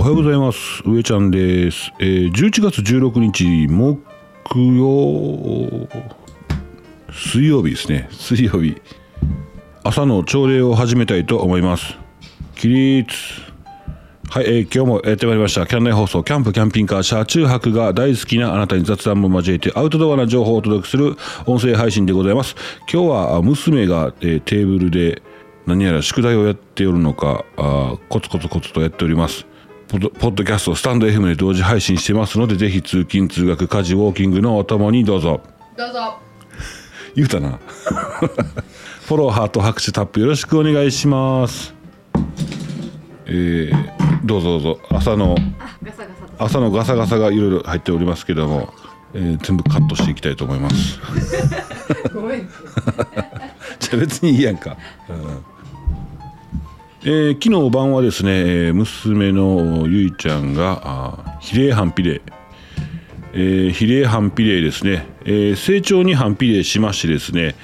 はようございます。上ちゃんです。11月16日木曜水曜日ですね。水曜日朝の朝礼を始めたいと思います。起立。はい、今日もやってまいりました。キャン内放送キャンプキャンピングカー車中泊が大好きなあなたに雑談も交えてアウトドアな情報をお届けする音声配信でございます。今日は娘が、テーブルで何やら宿題をやっておるのかコツコツとやっております。ポッドキャストスタンド FM で同時配信してますので、ぜひ通勤通学家事ウォーキングのお供にどうぞ言うたなフォローハート拍手タップよろしくお願いします。どうぞ朝のガサガサがいろいろ入っておりますけども、全部カットしていきたいと思いますごめんじゃあ別にいいやんか、昨日晩はですね、娘のゆいちゃんが比例反比例、比例反比例ですね、成長に反比例しましてですね、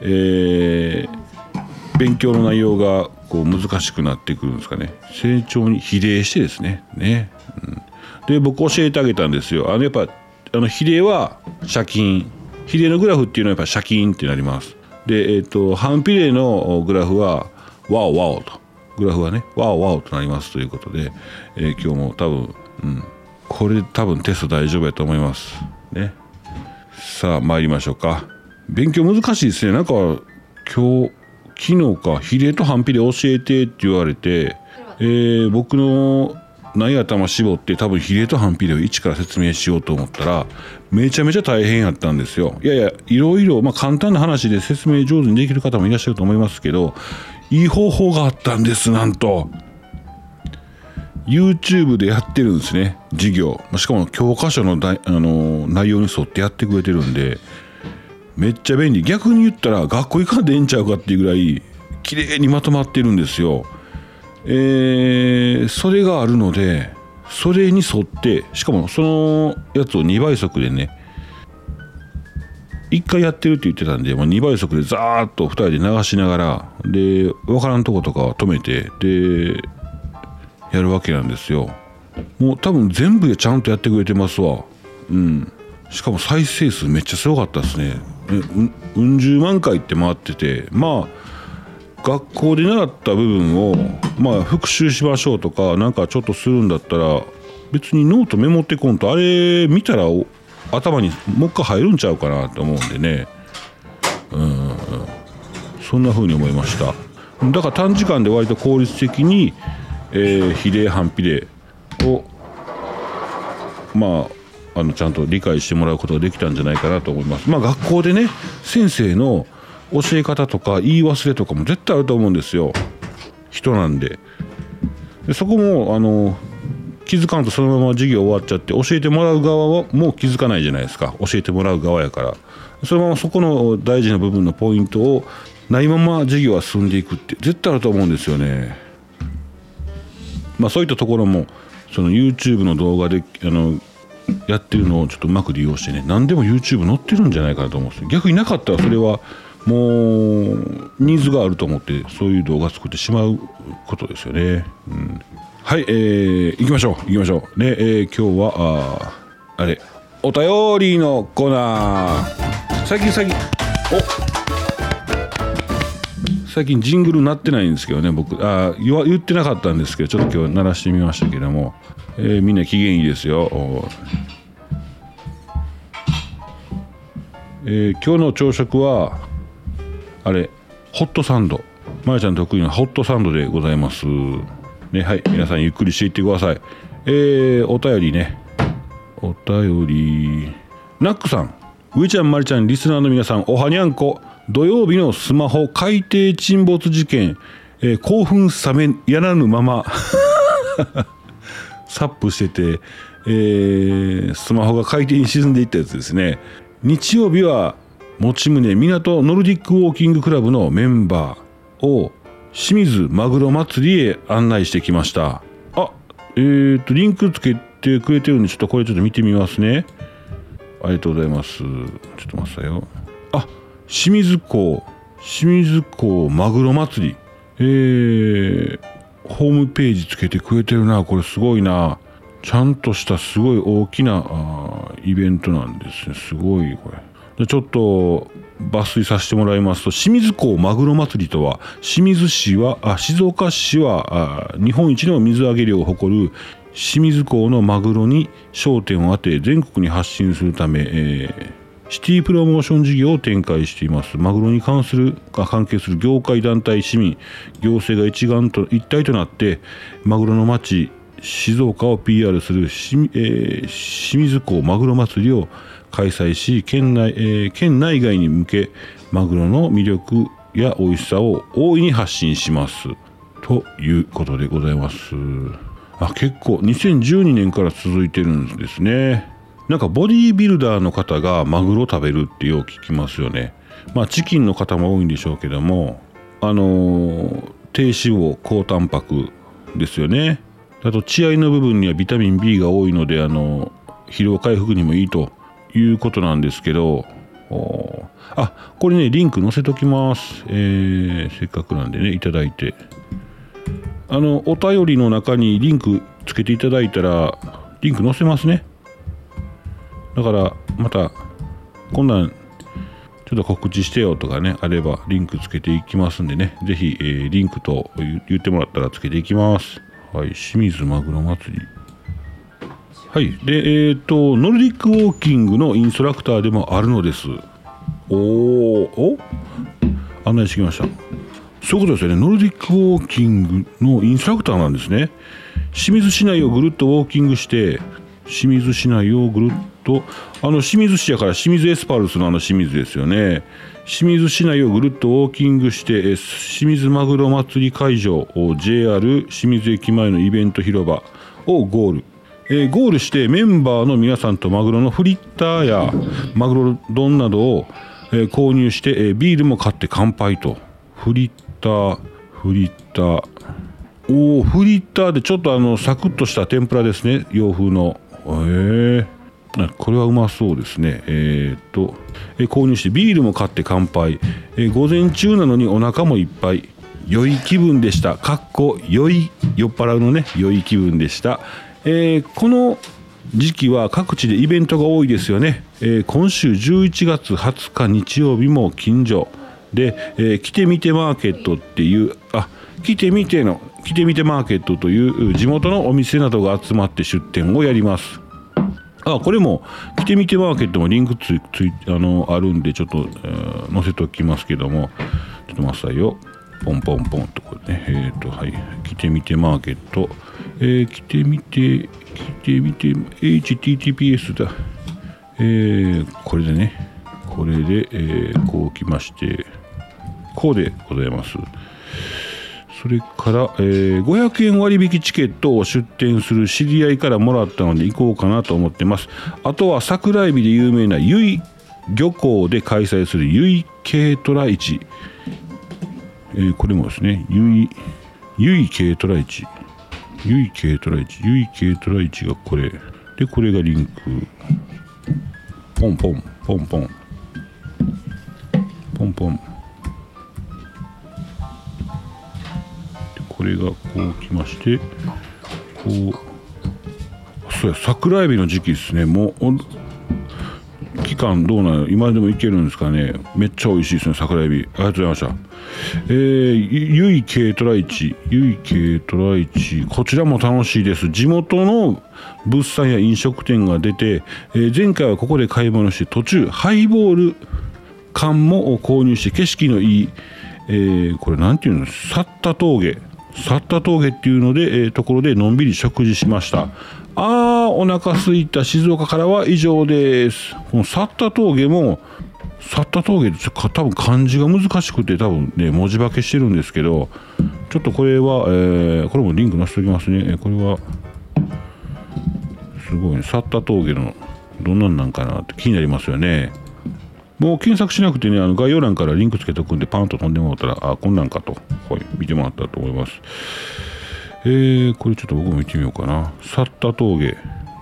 勉強の内容がこう難しくなってくるんですかね。成長に比例してですね、で僕教えてあげたんですよ。やっぱ比例は斜筋、比例のグラフっていうのはやっぱ斜筋ってなります。で、反比例のグラフはワオワオと、グラフはねワオワオとなりますということで、今日も多分、これ多分テスト大丈夫やと思いますね。さあ参りましょうか。勉強難しいですね。なんか昨日か比例と反比例教えてって言われて、僕のない頭絞って多分比例と反比例を一から説明しようと思ったらめちゃめちゃ大変やったんですよ。いろいろ簡単な話で説明上手にできる方もいらっしゃると思いますけど、いい方法があったんです。なんと YouTube でやってるんですね、授業。しかも教科書の内容に沿ってやってくれてるんでめっちゃ便利。逆に言ったら学校行かんでええんちゃうかっていうぐらい綺麗にまとまってるんですよ。それがあるのでそれに沿って、しかもそのやつを2倍速でね、1回やってるって言ってたんで、2倍速でザーッと2人で流しながらで分からんとことかは止めてでやるわけなんですよ。もう多分全部でちゃんとやってくれてますわ。しかも再生数めっちゃすごかったですね。十万回って回ってて、学校で習った部分を復習しましょうとかなんかちょっとするんだったら別にノートメモってこんとあれ見たら頭にもう一回入るんちゃうかなと思うんでね。そんな風に思いました。だから短時間で割と効率的に、比例反比例をちゃんと理解してもらうことができたんじゃないかなと思います。学校でね先生の教え方とか言い忘れとかも絶対あると思うんですよ。人なんで。そこも気づかんとそのまま授業終わっちゃって教えてもらう側はもう気づかないじゃないですか。教えてもらう側やから、そのままそこの大事な部分のポイントをないまま授業は進んでいくって絶対あると思うんですよね。そういったところもその YouTube の動画でやってるのをちょっとうまく利用してね、何でも YouTube 載ってるんじゃないかなと思うんですよ。逆になかったらそれはもうニーズがあると思ってそういう動画作ってしまうことですよね。はい、行きましょうで、今日はお便りのコーナー。最近ジングル鳴ってないんですけどね、僕言ってなかったんですけどちょっと今日鳴らしてみましたけども、みんな機嫌いいですよ。今日の朝食はホットサンド、まやちゃん得意なホットサンドでございますね。はい、皆さんゆっくりしていってください。お便りナックさん、上ちゃんまりちゃんリスナーの皆さんおはにゃんこ。土曜日のスマホ海底沈没事件、興奮冷めやらぬままサップしてて、スマホが海底に沈んでいったやつですね。日曜日は持ち宗港ノルディックウォーキングクラブのメンバーを清水マグロ祭りへ案内してきました。リンクつけてくれてるんでちょっとこれちょっと見てみますね。ありがとうございます。ちょっと待ってよ。清水港マグロ祭り、ホホームページつけてくれてるな。これすごいな。ちゃんとしたすごい大きなイベントなんですね。すごいこれ。でちょっと抜粋させてもらいますと、清水港マグロ祭りとは、静岡市は日本一の水揚げ量を誇る清水港のマグロに焦点を当て全国に発信するため、シティプロモーション事業を展開しています。マグロに関係する業界団体、市民、行政が一体となってマグロの町静岡を PR する清水港マグロ祭りを開催し、県内外に向けマグロの魅力や美味しさを大いに発信しますということでございます。結構2012年から続いてるんですね。なんかボディービルダーの方がマグロ食べるってよく聞きますよね。チキンの方も多いんでしょうけども、低脂肪高タンパクですよね。あと血合いの部分にはビタミン B が多いので疲労回復にもいいということなんですけど、これねリンク載せときます。せっかくなんでねいただいて、お便りの中にリンクつけていただいたらリンク載せますね。だからまたこんなんちょっと告知してよとかねあればリンクつけていきますんでね、ぜひ、リンクと言ってもらったらつけていきます。はい、清水マグロ祭り。はい、でノルディックウォーキングのインストラクターでもあるのです。案内してきました。そういうことですよね。ノルディックウォーキングのインストラクターなんですね。清水市内をぐるっとウォーキングして、清水市内をぐるっと清水市やから清水エスパルスの清水ですよね。清水市内をぐるっとウォーキングして清水マグロ祭り会場 JR 清水駅前のイベント広場をゴールしてメンバーの皆さんとマグロのフリッターやマグロ丼などを購入してビールも買って乾杯と。フリッターフリッターでちょっとサクッとした天ぷらですね、洋風の。これはうまそうですね。購入してビールも買って乾杯。午前中なのにお腹もいっぱい。良い気分でした。酔っ払うのね、良い気分でした。この時期は各地でイベントが多いですよね。今週11月20日日曜日も近所で、来てみてマーケットっていう来てみてマーケットという地元のお店などが集まって出店をやります。これも来てみてマーケットもリンクあるんでちょっと、載せておきますけども、ちょっと待ってくださいよ。ポンポンポンとこれね、はい、来てみてマーケット、来てみて HTTPS だ。これで、こう来ましてこうでございます。それから、500円割引チケットを出店する知り合いからもらったので行こうかなと思ってます。あとは桜エビで有名な由比漁港で開催する由比軽トラ市、これもですね由比軽トラ市がこれで、これがリンクポンポンポンポンポンポン、これがこう来まして、そうや桜エビの時期ですね。もう期間どうなの、今でもいけるんですかね。めっちゃ美味しいですね、桜エビ。ありがとうございました。由比軽トラ市、こちらも楽しいです。地元の物産や飲食店が出て、前回はここで買い物して途中ハイボール缶も購入して景色のいい、これなんていうの、サッタ峠っていうので、ところでのんびり食事しました。お腹すいた。静岡からは以上です。このサッタ峠って多分漢字が難しくて多分ね文字化けしてるんですけど、ちょっとこれは、これもリンク載せておきますね。これはすごいね、サッタ峠のどんなんかなって気になりますよね。もう検索しなくてね、概要欄からリンクつけておくんでパンと飛んでもらったらこんなんかと、はい、見てもらったらと思います。これちょっと僕も見てみようかな。サッタ峠、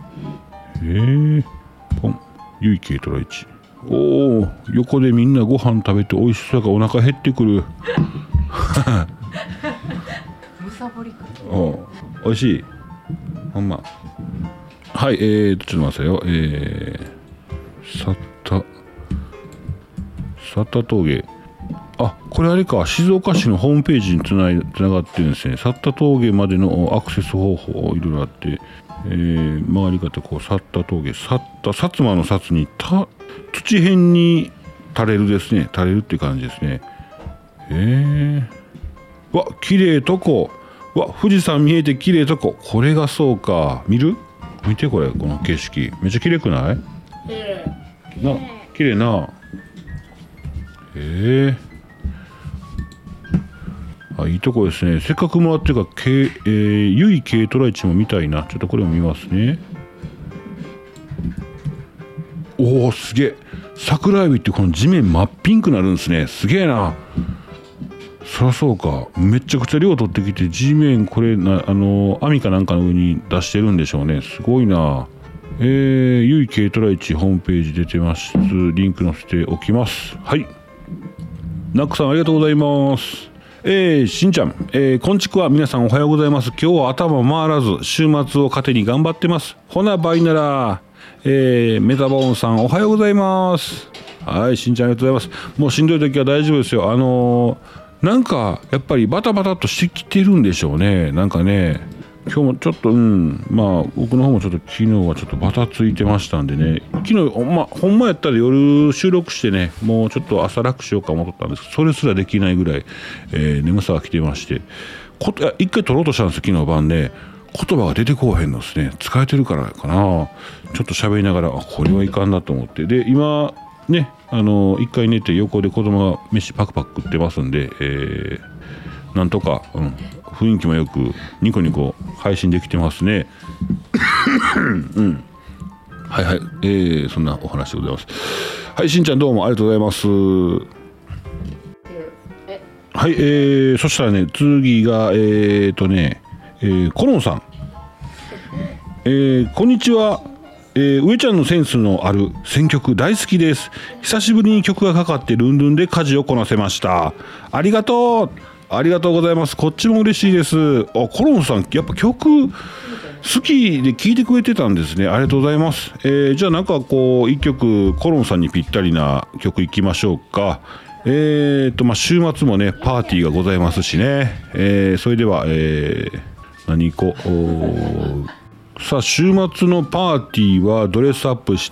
ポン由比軽トラ市。横でみんなご飯食べて美味しさがお腹減ってくる。 さぼりくおいしいほんま。はい、ちょっと待ってよ。サッタ峠。あ、これあれか、静岡市のホームページにつながってるんですね。サッタ峠までのアクセス方法いろいろあって、曲がり方こう、サッタ峠、薩摩の薩に土辺に垂れるですね。垂れるっていう感じですね。わ、綺麗とこ。わ、富士山見えて綺麗とこ。これがそうか。見てこれ、この景色めっちゃ綺麗くない？綺麗な。いいとこですね。せっかくもらってるから由比軽トラ市も見たいな。ちょっとこれも見ますね。おお、すげえ。桜エビってこの地面真っピンクなるんですね。すげえな。そりゃそうか。めちゃくちゃ量取ってきて地面これ網かなんかの上に出してるんでしょうね。すごいな。由比軽トラ市ホームページ出てます。リンク載せておきます。はい、ナックさんありがとうございます。しんちゃん、こんちくは。皆さんおはようございます。今日は頭回らず週末を糧に頑張ってます。ほなバイなら。メタボーンさんおはようございます。はい、しんちゃんありがとうございます。もうしんどい時は大丈夫ですよ。なんかやっぱりバタバタっとしてきてるんでしょうね。なんかね、今日もちょっとまあ僕の方もちょっと昨日はちょっとバタついてましたんでね。昨日ほんまやったら夜収録してね、もうちょっと朝楽しようか思ったんですけど、それすらできないぐらい、眠さが来てまして、一回撮ろうとしたんですよ、昨日晩ね。言葉が出てこうへんのですね。疲れてるからかな。ちょっと喋りながらこれはいかんなと思って、で今ね一回寝て横で子供が飯パクパク食ってますんで、なんとか、雰囲気もよくニコニコ配信できてますね。はいはい、そんなお話でございます。はい、しんちゃんどうもありがとうございます。はい、そしたらね、次がコロンさん、こんにちは。上ちゃんのセンスのある選曲大好きです。久しぶりに曲がかかってルンルンで家事をこなせました。ありがとうございます。こっちも嬉しいです。コロンさんやっぱ曲好きで聴いてくれてたんですね。ありがとうございます。じゃあなんかこう一曲コロンさんにぴったりな曲いきましょうか。週末もねパーティーがございますしね。それでは何行こう。さあ週末のパーティーはドレスアップして、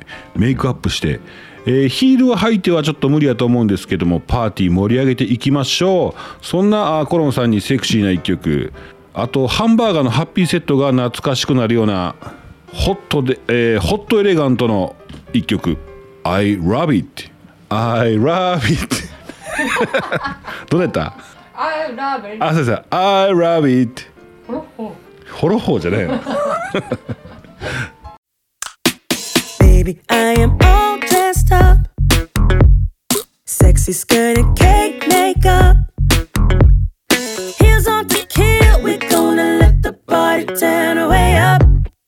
メイクアップして、ヒールを履いてはちょっと無理やと思うんですけども、パーティー盛り上げていきましょう。そんなコロンさんにセクシーな一曲、あとハンバーガーのハッピーセットが懐かしくなるようなホットエレガントの一曲 I love it I love it どうだった？ I love it。 そうです。 I love it。 ホロホーじゃないの Baby, I am all dressed up, sexy skirt and cake makeup, heels on to kill, we're gonna let the party turn way up.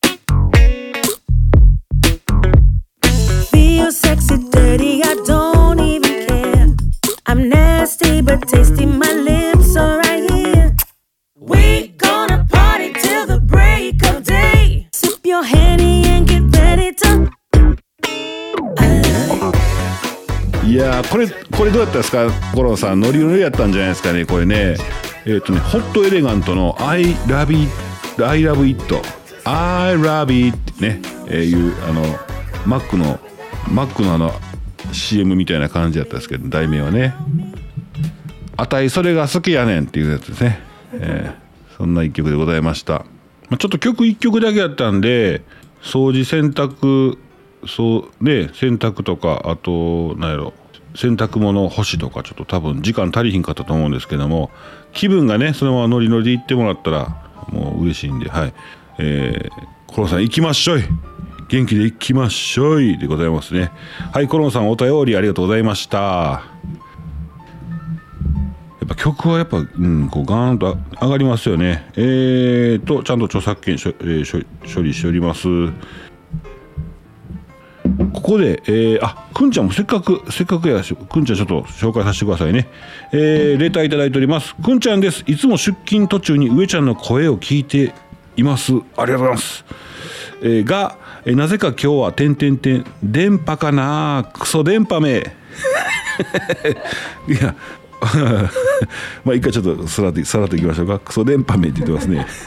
Feel sexy, dirty, I don't even care. I'm nasty but tasty, my lips are right here. We gonna party till the break of day. Sip your Henny and get ready to. いやー、これどうやったですか、コロンさん。ノリノリやったんじゃないですかね、これね。ホットエレガントの I love it I love it I love it ね、いうマックのCM みたいな感じだったんですけど、題名はね、あたいそれが好きやねんっていうやつですね。そんな一曲でございました。ちょっと曲一曲だけやったんで、掃除洗濯洗濯とか、あと何やろ、洗濯物干しとか、ちょっと多分時間足りひんかったと思うんですけども、気分がねそのままノリノリで行ってもらったらもう嬉しいんで、はい、コロンさん行きましょい、元気で行きましょいでございますね。はい、コロンさんお便りありがとうございました。やっぱ曲はやっぱこうガーンと上がりますよね。ちゃんと著作権処理しております。 ここで、くんちゃんもせっかくやし、くんちゃんちょっと紹介させてくださいね。レターいただいております。くんちゃんです。いつも出勤途中に上ちゃんの声を聞いています。ありがとうございます。なぜか今日は電波かな、クソ電波めいやまあ一回ちょっとさらっといきましょうか。クソ電波めって言ってますね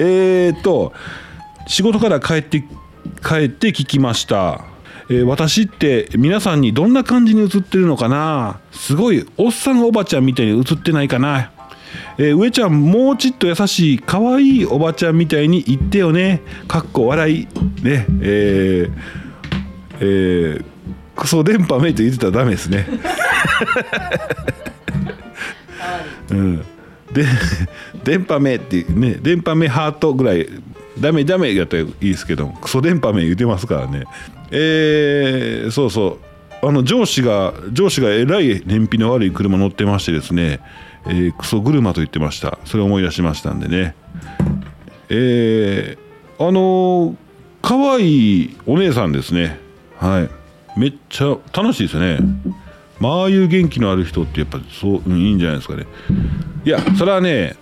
仕事から帰って聞きました。私って皆さんにどんな感じに映ってるのかな。すごいおっさんおばちゃんみたいに映ってないかな。上ちゃんもうちっと優しい可愛いおばちゃんみたいに言ってよね。かっこ笑いね。クソ電波めと言ってたらダメですねで電波めってね、電波めハートぐらいダメやったらいいですけど、クソ電波め言ってますからね。そうそう上司がえらい燃費の悪い車乗ってましてですね、クソ車と言ってました。それを思い出しましたんでね。可愛いお姉さんですね。はい、めっちゃ楽しいですね。ああいう元気のある人ってやっぱそう、いいんじゃないですかね。いやそれはね、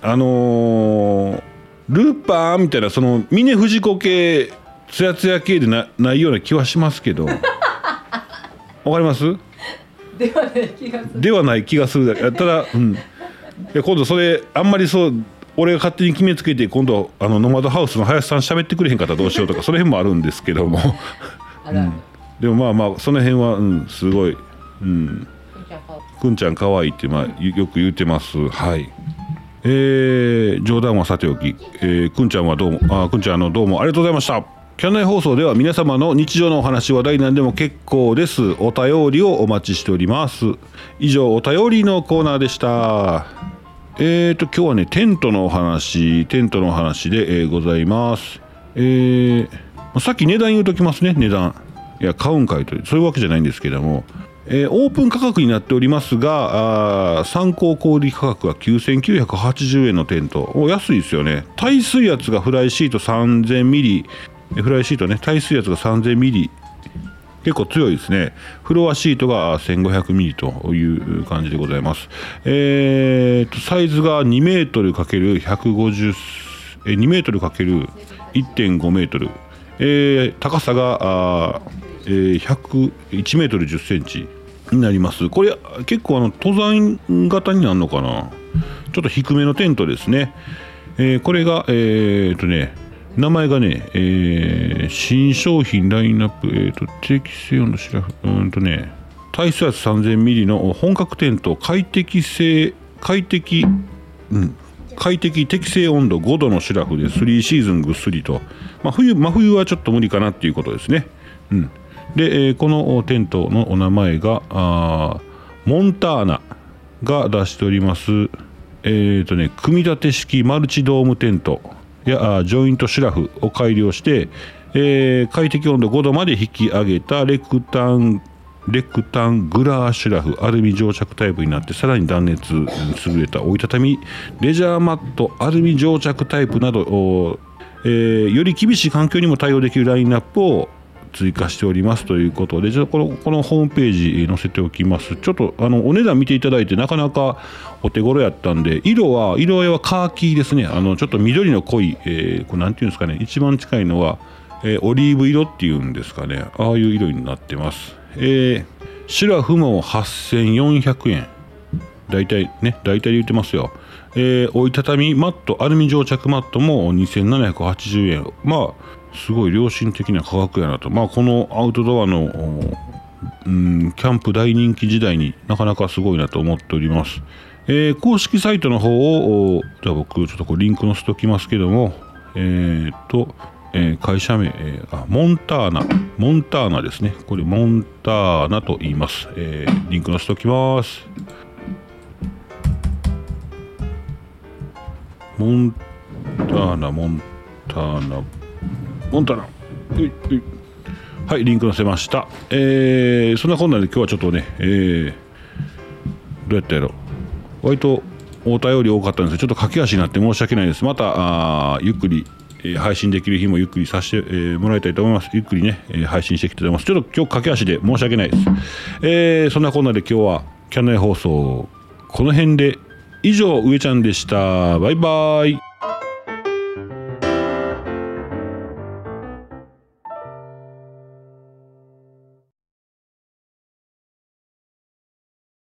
ルーパーみたいなその峰不二子系ツヤツヤ系でないような気はしますけどわかります？ ではない気がする。ただ、いや今度それあんまりそう俺が勝手に決めつけて今度ノマドハウスの林さん喋ってくれへんかったらどうしようとかその辺もあるんですけどもでもまあその辺はすごいくんちゃんかわいいってよく言ってます。はい。冗談はさておき、くんちゃんはどうもくんちゃんどうもありがとうございました。キャンナイ放送では皆様の日常のお話話題なんでも結構です。お便りをお待ちしております。以上お便りのコーナーでした。今日はねテントのお話で、ございます。さっき値段言うときますね。値段いや買うんかいとそういうわけじゃないんですけども、オープン価格になっておりますが参考小売価格は9980円のテント。安いですよね。耐水圧がフライシート3000ミリフライシートね、耐水圧が3000ミリ結構強いですね。フロアシートが1500ミリという感じでございます。サイズが2メートル ×150 2メートル ×1.5 メートル、高さが1メートル10センチになります。これ結構登山型になるのかな。ちょっと低めのテントですね。これが名前がね、新商品ラインナップ、適正温度シラフ耐水圧3000ミリの本格テント快適適正温度5度のシラフで3シーズンぐっすりと、真冬はちょっと無理かなっていうことですね。で、このテントのお名前がモンターナが出しております組み立て式マルチドームテントやジョイントシュラフを改良して、快適温度5度まで引き上げたレクタングラーシュラフアルミ蒸着タイプになって、さらに断熱に優れた折りたたみレジャーマットアルミ蒸着タイプなどより厳しい環境にも対応できるラインナップを追加しておりますということで、このホームページ載せておきます。ちょっとお値段見ていただいてなかなかお手頃やったんで、色合いはカーキですね。ちょっと緑の濃い、これなんていうんですかね、一番近いのは、オリーブ色っていうんですかね、ああいう色になってます。シュラフも8400円大体言ってますよ。折りたたみマットアルミ蒸着マットも2780円。すごい良心的な価格やなと。このアウトドアのキャンプ大人気時代になかなかすごいなと思っております。公式サイトの方をじゃあ僕ちょっとリンク載せておきますけども、会社名、モンターナですね。これモンターナと言います。リンク載せておきます。モンターナはい、リンク載せました。そんなこんなで今日はちょっとね、どうやったやろ、割とお便り多かったんですけど、ちょっと駆け足になって申し訳ないです。またゆっくり配信できる日もゆっくりさせて、もらいたいと思います。ゆっくりね、配信していきたいと思います。ちょっと今日駆け足で申し訳ないです。そんなこんなで今日はキャンナイ放送この辺で以上、上ちゃんでした。バイバイ。